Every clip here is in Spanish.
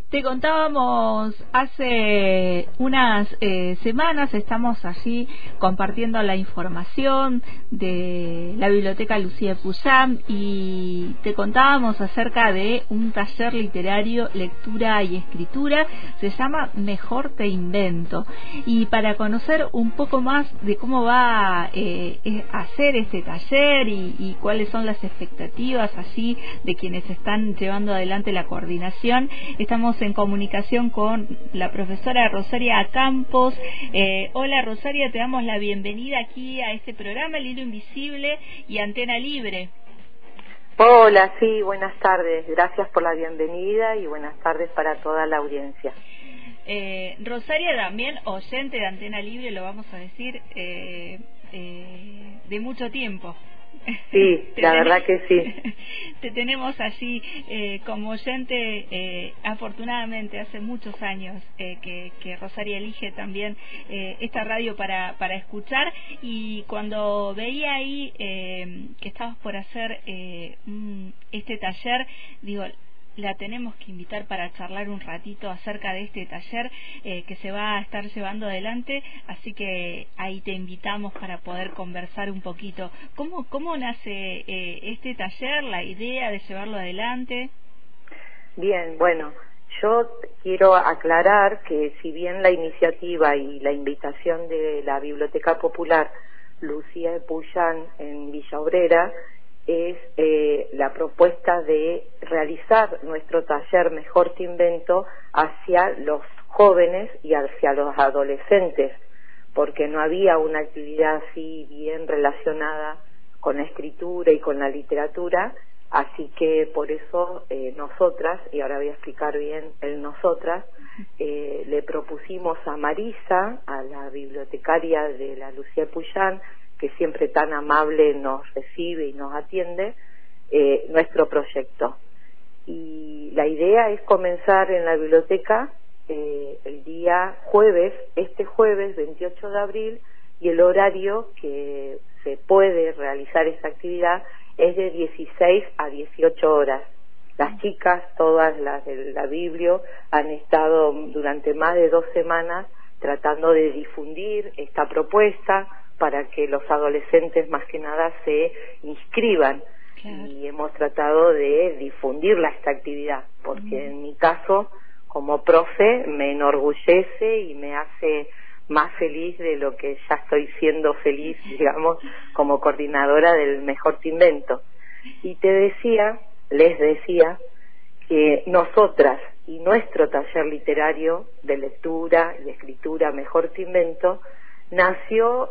Te contábamos hace unas semanas, estamos allí compartiendo la información de la Biblioteca Lucía Epuyán y te contábamos acerca de un taller literario, lectura y escritura, se llama Mejor te invento. Y para conocer un poco más de cómo va a hacer este taller y cuáles son las expectativas allí de quienes están llevando adelante la coordinación, estamos en comunicación con la profesora Rosaria Campos. Hola Rosaria, te damos la bienvenida aquí a este programa, El Hilo Invisible y Antena Libre. Hola, sí, buenas tardes. Gracias por la bienvenida y buenas tardes para toda la audiencia. Rosaria también, oyente de Antena Libre, lo vamos a decir, de mucho tiempo. Sí, la verdad que sí. Te tenemos así como oyente, afortunadamente hace muchos años que Rosaria elige también esta radio para escuchar, y cuando veía ahí que estabas por hacer este taller, digo, la tenemos que invitar para charlar un ratito acerca de este taller que se va a estar llevando adelante, así que ahí te invitamos para poder conversar un poquito. ¿Cómo nace este taller, la idea de llevarlo adelante? Bien, bueno, yo quiero aclarar que si bien la iniciativa y la invitación de la Biblioteca Popular Lucía Epuyán en Villa Obrera es la propuesta de realizar nuestro taller Mejor te invento hacia los jóvenes y hacia los adolescentes, porque no había una actividad así bien relacionada con la escritura y con la literatura, así que por eso nosotras, y ahora voy a explicar bien el nosotras, le propusimos a Marisa, a la bibliotecaria de la Lucía Epuyán, que siempre tan amable nos recibe y nos atiende, nuestro proyecto. Y la idea es comenzar en la biblioteca el día jueves, este jueves 28 de abril, y el horario que se puede realizar esta actividad es de 16 a 18 horas. Las chicas, todas las de la Biblio, han estado durante más de 2 semanas tratando de difundir esta propuesta para que los adolescentes más que nada se inscriban. Claro. Y hemos tratado de difundirla esta actividad, porque en mi caso, como profe, me enorgullece y me hace más feliz de lo que ya estoy siendo feliz, digamos, como coordinadora del Mejor te invento. Y les decía, que nosotras y nuestro taller literario de lectura y escritura Mejor te invento nació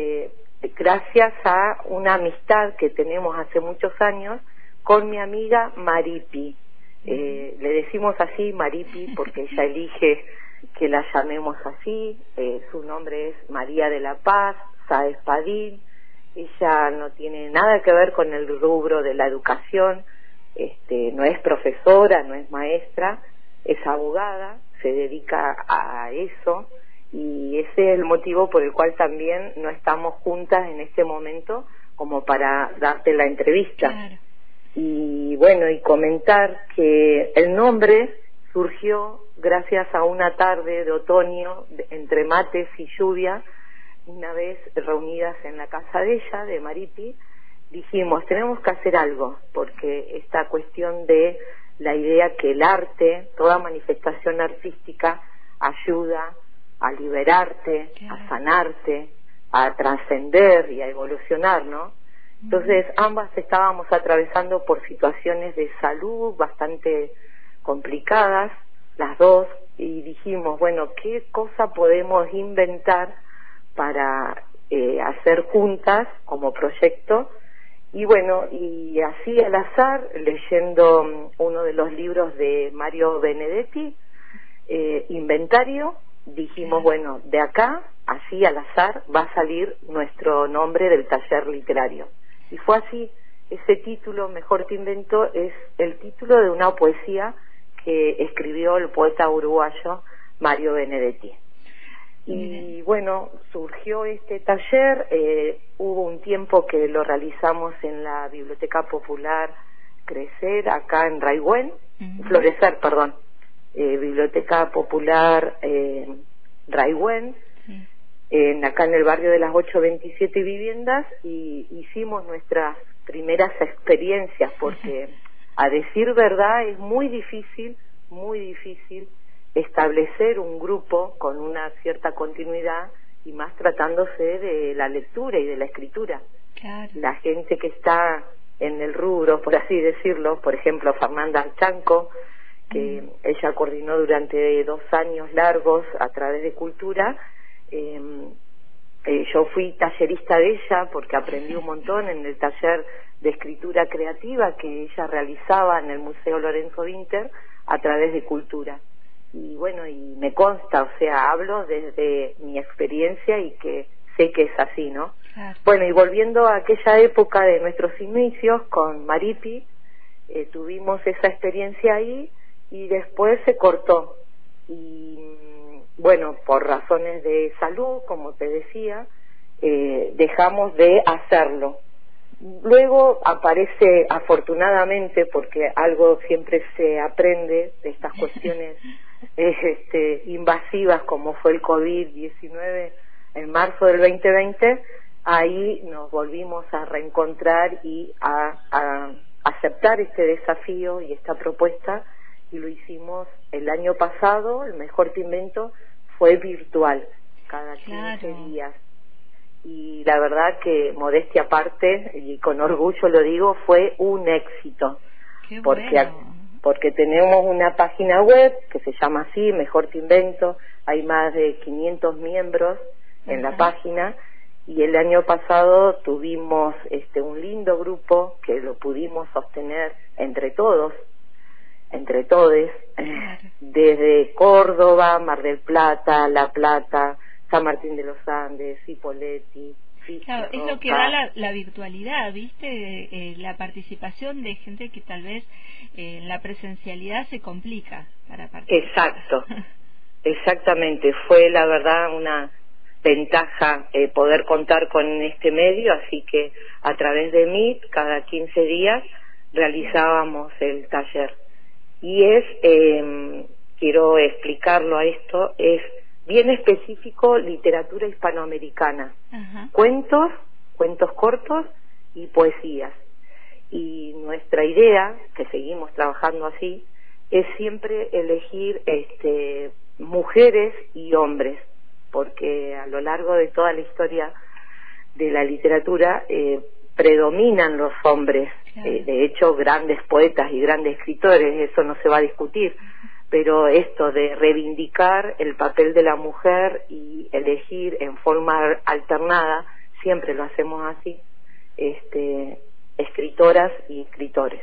gracias a una amistad que tenemos hace muchos años con mi amiga Maripi. Le decimos así Maripi porque ella elige que la llamemos así. Su nombre es María de la Paz Sáez Padín. Ella no tiene nada que ver con el rubro de la educación, no es profesora, no es maestra, es abogada, se dedica a eso, y ese es el motivo por el cual también no estamos juntas en este momento como para darte la entrevista. Claro. Y bueno, y comentar que el nombre surgió gracias a una tarde de otoño entre mates y lluvia, una vez reunidas en la casa de ella, de Maripi, dijimos, tenemos que hacer algo, porque esta cuestión de la idea que el arte, toda manifestación artística, ayuda a liberarte, a sanarte, a trascender y a evolucionar, ¿no? Entonces, ambas estábamos atravesando por situaciones de salud bastante complicadas, las dos, y dijimos, bueno, ¿qué cosa podemos inventar para hacer juntas como proyecto? Y bueno, y así al azar, leyendo uno de los libros de Mario Benedetti, Inventario, dijimos, bueno, de acá, así al azar, va a salir nuestro nombre del taller literario. Y fue así. Ese título, Mejor te invento, es el título de una poesía que escribió el poeta uruguayo Mario Benedetti. Y bueno, surgió este taller, hubo un tiempo que lo realizamos en la Biblioteca Popular Crecer, acá en Raigüen, Florecer, perdón, Biblioteca Popular Raigüen, acá en el barrio de las 827 viviendas, y hicimos nuestras primeras experiencias, porque a decir verdad es muy difícil establecer un grupo con una cierta continuidad, y más tratándose de la lectura y de la escritura. Claro. La gente que está en el rubro, por así decirlo, por ejemplo Fernanda Chanco, que ella coordinó durante 2 años largos a través de Cultura. Yo fui tallerista de ella porque aprendí un montón en el taller de escritura creativa que ella realizaba en el Museo Lorenzo Winter a través de Cultura. Y bueno, y me consta, o sea, hablo desde mi experiencia y que sé que es así, ¿no? Claro. Bueno, y volviendo a aquella época de nuestros inicios con Maripi, tuvimos esa experiencia ahí y después se cortó. Y bueno, por razones de salud, como te decía, dejamos de hacerlo. Luego aparece, afortunadamente, porque algo siempre se aprende de estas cuestiones invasivas como fue el COVID-19 en marzo del 2020, ahí nos volvimos a reencontrar y a aceptar este desafío y esta propuesta, y lo hicimos el año pasado. El Mejor Te Invento fue virtual, cada 15 días. Y la verdad que, modestia aparte, y con orgullo lo digo, fue un éxito. Qué porque bueno. Porque tenemos una página web que se llama así, Mejor Te Invento, hay más de 500 miembros en la página, y el año pasado tuvimos un lindo grupo que lo pudimos sostener entre todos, entre todes, desde Córdoba, Mar del Plata, La Plata, San Martín de los Andes, Cipolletti. Claro, es lo que da la virtualidad, ¿viste? La participación de gente que tal vez en la presencialidad se complica para participar. Exacto, exactamente. Fue la verdad una ventaja poder contar con este medio, así que a través de Meet cada 15 días realizábamos el taller. Y quiero explicarlo a esto, es bien específico literatura hispanoamericana, cuentos cortos y poesías. Y nuestra idea, que seguimos trabajando así, es siempre elegir mujeres y hombres, porque a lo largo de toda la historia de la literatura predominan los hombres. De hecho, grandes poetas y grandes escritores, eso no se va a discutir. Pero esto de reivindicar el papel de la mujer y elegir en forma alternada, siempre lo hacemos así, escritoras y escritores.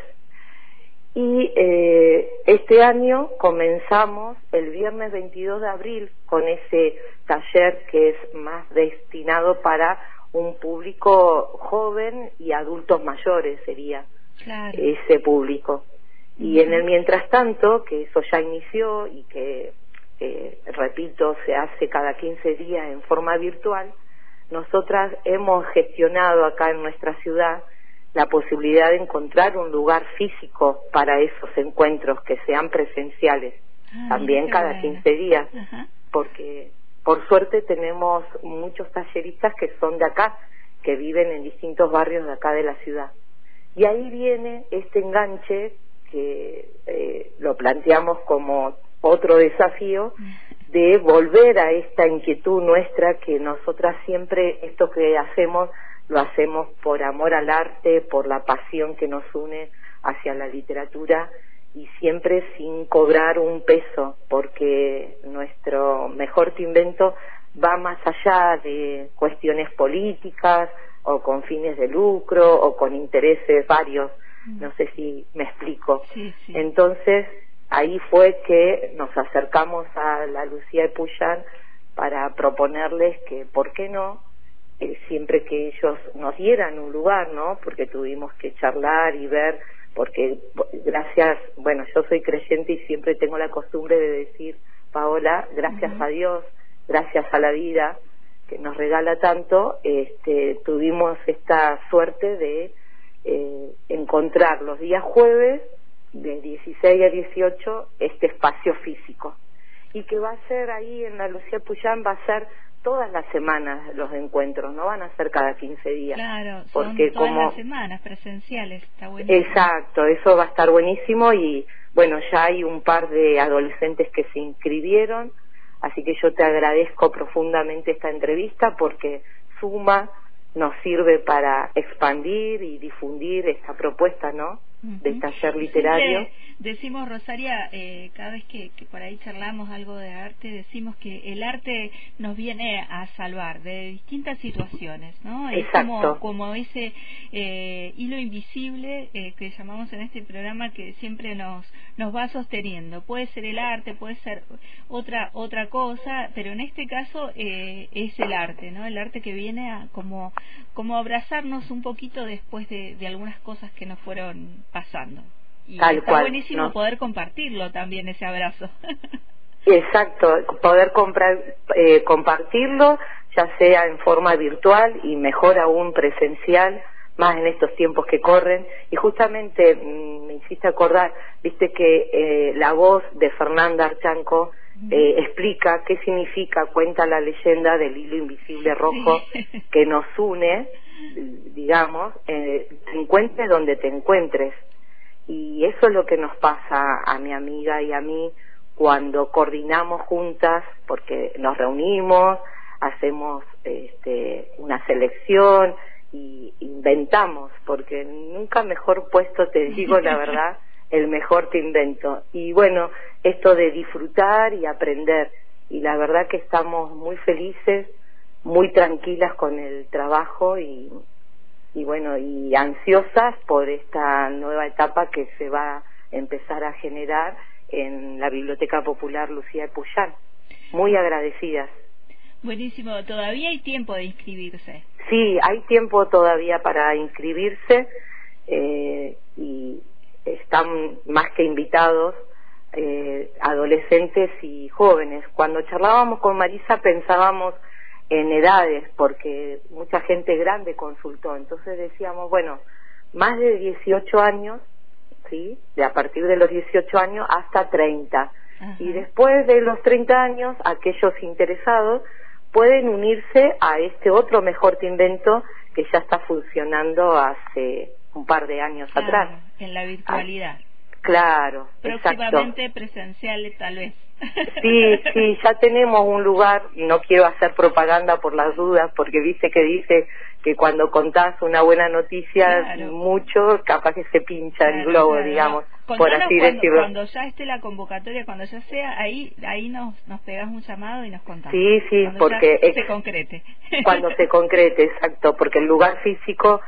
Y este año comenzamos el viernes 22 de abril con ese taller que es más destinado para un público joven y adultos mayores, sería ese público. Y en el mientras tanto, que eso ya inició y que, repito, se hace cada 15 días en forma virtual, nosotras hemos gestionado acá en nuestra ciudad la posibilidad de encontrar un lugar físico para esos encuentros que sean presenciales, también cada 15 días, porque por suerte tenemos muchos talleristas que son de acá, que viven en distintos barrios de acá de la ciudad. Y ahí viene este enganche que lo planteamos como otro desafío de volver a esta inquietud nuestra, que nosotras siempre esto que hacemos lo hacemos por amor al arte, por la pasión que nos une hacia la literatura, y siempre sin cobrar un peso, porque nuestro Mejor Te Invento va más allá de cuestiones políticas o con fines de lucro o con intereses varios. No sé si me explico. Sí. Entonces, ahí fue que nos acercamos a la Lucía Epuyán para proponerles que, ¿por qué no? Siempre que ellos nos dieran un lugar, ¿no? Porque tuvimos que charlar y ver, porque gracias, bueno, yo soy creyente y siempre tengo la costumbre de decir, Paola, gracias a Dios, gracias a la vida que nos regala tanto, tuvimos esta suerte de encontrar los días jueves de 16 a 18 este espacio físico. y que va a ser ahí en la Lucía Puyán, va a ser todas las semanas los encuentros, no van a ser cada 15 días. Claro, porque son todas las semanas presenciales, está buenísimo. Exacto, eso va a estar buenísimo y bueno, ya hay un par de adolescentes que se inscribieron, así que yo te agradezco profundamente esta entrevista porque suma, nos sirve para expandir y difundir esta propuesta, ¿no?, del taller literario. Siempre decimos, Rosaria, cada vez que por ahí charlamos algo de arte, decimos que el arte nos viene a salvar de distintas situaciones, ¿no? Exacto. Es como ese hilo invisible que llamamos en este programa, que siempre nos va sosteniendo. Puede ser el arte, puede ser otra cosa, pero en este caso es el arte, ¿no? El arte que viene a como abrazarnos un poquito después de algunas cosas que nos fueron pasando. Y tal está cual, buenísimo, ¿no?, poder compartirlo también, ese abrazo. Exacto, poder compartirlo, ya sea en forma virtual y mejor aún presencial, más en estos tiempos que corren. Y justamente me hiciste acordar, viste que la voz de Fernanda Archanco explica qué significa, cuenta la leyenda del hilo invisible rojo que nos une, digamos, te encuentres donde te encuentres. Y eso es lo que nos pasa a mi amiga y a mí cuando coordinamos juntas, porque nos reunimos, hacemos una selección y inventamos, porque nunca mejor puesto, te digo la verdad, el mejor te invento. Y bueno, esto de disfrutar y aprender, y la verdad que estamos muy felices, muy tranquilas con el trabajo y bueno, y ansiosas por esta nueva etapa que se va a empezar a generar en la Biblioteca Popular Lucía Puyán. Muy agradecidas. Buenísimo, todavía hay tiempo de inscribirse. Sí, hay tiempo todavía para inscribirse y están más que invitados adolescentes y jóvenes. Cuando charlábamos con Marisa pensábamos en edades, porque mucha gente grande consultó, entonces decíamos, bueno, más de 18 años, ¿sí?, de a partir de los 18 años hasta 30. Ajá. Y después de los 30 años, aquellos interesados pueden unirse a este otro Mejor Te Invento que ya está funcionando hace un par de años atrás. En la virtualidad. Claro, próximamente exacto. Presencial tal vez. Sí, ya tenemos un lugar, y no quiero hacer propaganda por las dudas, porque dice que cuando contás una buena noticia, claro, mucho, capaz que se pincha el globo, digamos, por así decirlo. Cuando ya esté la convocatoria, cuando ya sea, ahí nos pegás un llamado y nos contás. Sí, cuando porque se concrete. Cuando se concrete, exacto, porque el lugar físico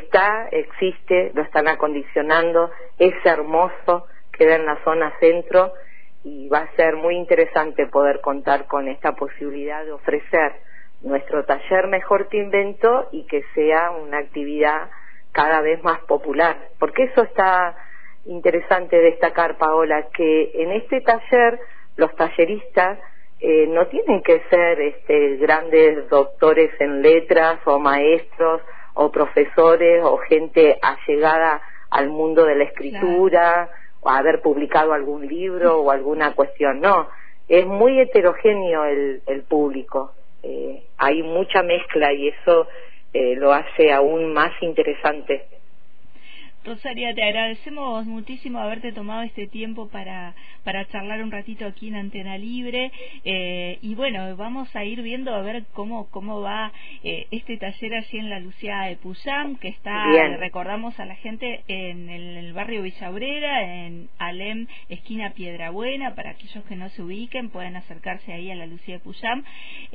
existe, lo están acondicionando, es hermoso, queda en la zona centro, y va a ser muy interesante poder contar con esta posibilidad de ofrecer nuestro taller Mejor Te Invento y que sea una actividad cada vez más popular, porque eso está interesante destacar, Paola, que en este taller los talleristas no tienen que ser grandes doctores en letras o maestros o profesores o gente allegada al mundo de la escritura, claro, o haber publicado algún libro o alguna cuestión. No, es muy heterogéneo el público, hay mucha mezcla y eso lo hace aún más interesante. Rosaria, te agradecemos muchísimo haberte tomado este tiempo para charlar un ratito aquí en Antena Libre, y bueno, vamos a ir viendo a ver cómo va este taller allí en la Lucía de Puyán, que está, recordamos a la gente, en el barrio Villa Obrera, en Alem, esquina Piedrabuena. Para aquellos que no se ubiquen, pueden acercarse ahí a la Lucía de Puyán,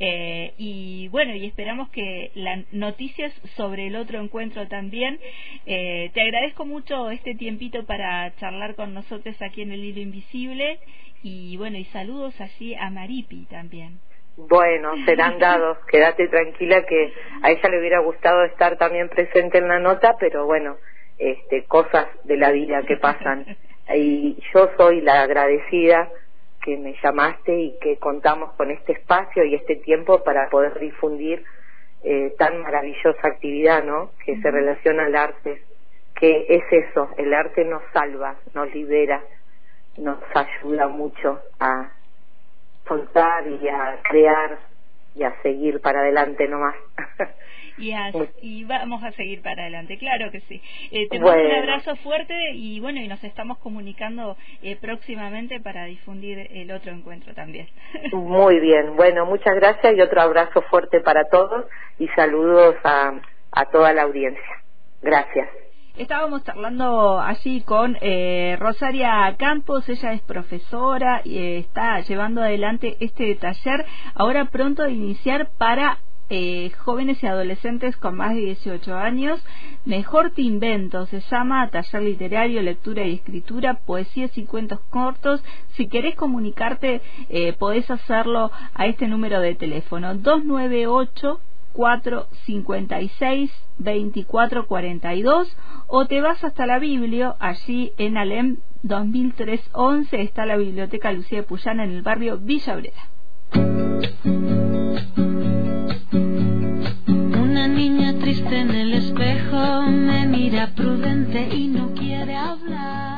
y bueno, y esperamos que las noticias sobre el otro encuentro también. Te agradezco mucho este tiempito para charlar con nosotros aquí en el Hilo Invisible, y bueno, y saludos allí a Maripi también. Bueno, serán dados, quédate tranquila que a ella le hubiera gustado estar también presente en la nota, pero bueno, cosas de la vida que pasan. Y yo soy la agradecida que me llamaste y que contamos con este espacio y este tiempo para poder difundir tan maravillosa actividad, ¿no?, que se relaciona al arte, que es eso, el arte nos salva, nos libera, nos ayuda mucho a soltar y a crear y a seguir para adelante nomás. Y vamos a seguir para adelante, claro que sí. Te mando un abrazo fuerte y bueno, y nos estamos comunicando próximamente para difundir el otro encuentro también. Muy bien, bueno, muchas gracias y otro abrazo fuerte para todos y saludos a toda la audiencia. Gracias. Estábamos charlando allí con Rosaria Campos, ella es profesora y está llevando adelante este taller, ahora pronto de iniciar para jóvenes y adolescentes con más de 18 años. Mejor te invento, se llama taller literario, lectura y escritura, poesías y cuentos cortos. Si querés comunicarte, podés hacerlo a este número de teléfono 298-456-2442 o te vas hasta la Biblio, allí en Alem 2311 está la Biblioteca Lucía Epuyán en el barrio Villa Obrera. Una niña triste en el espejo me mira prudente y no quiere hablar.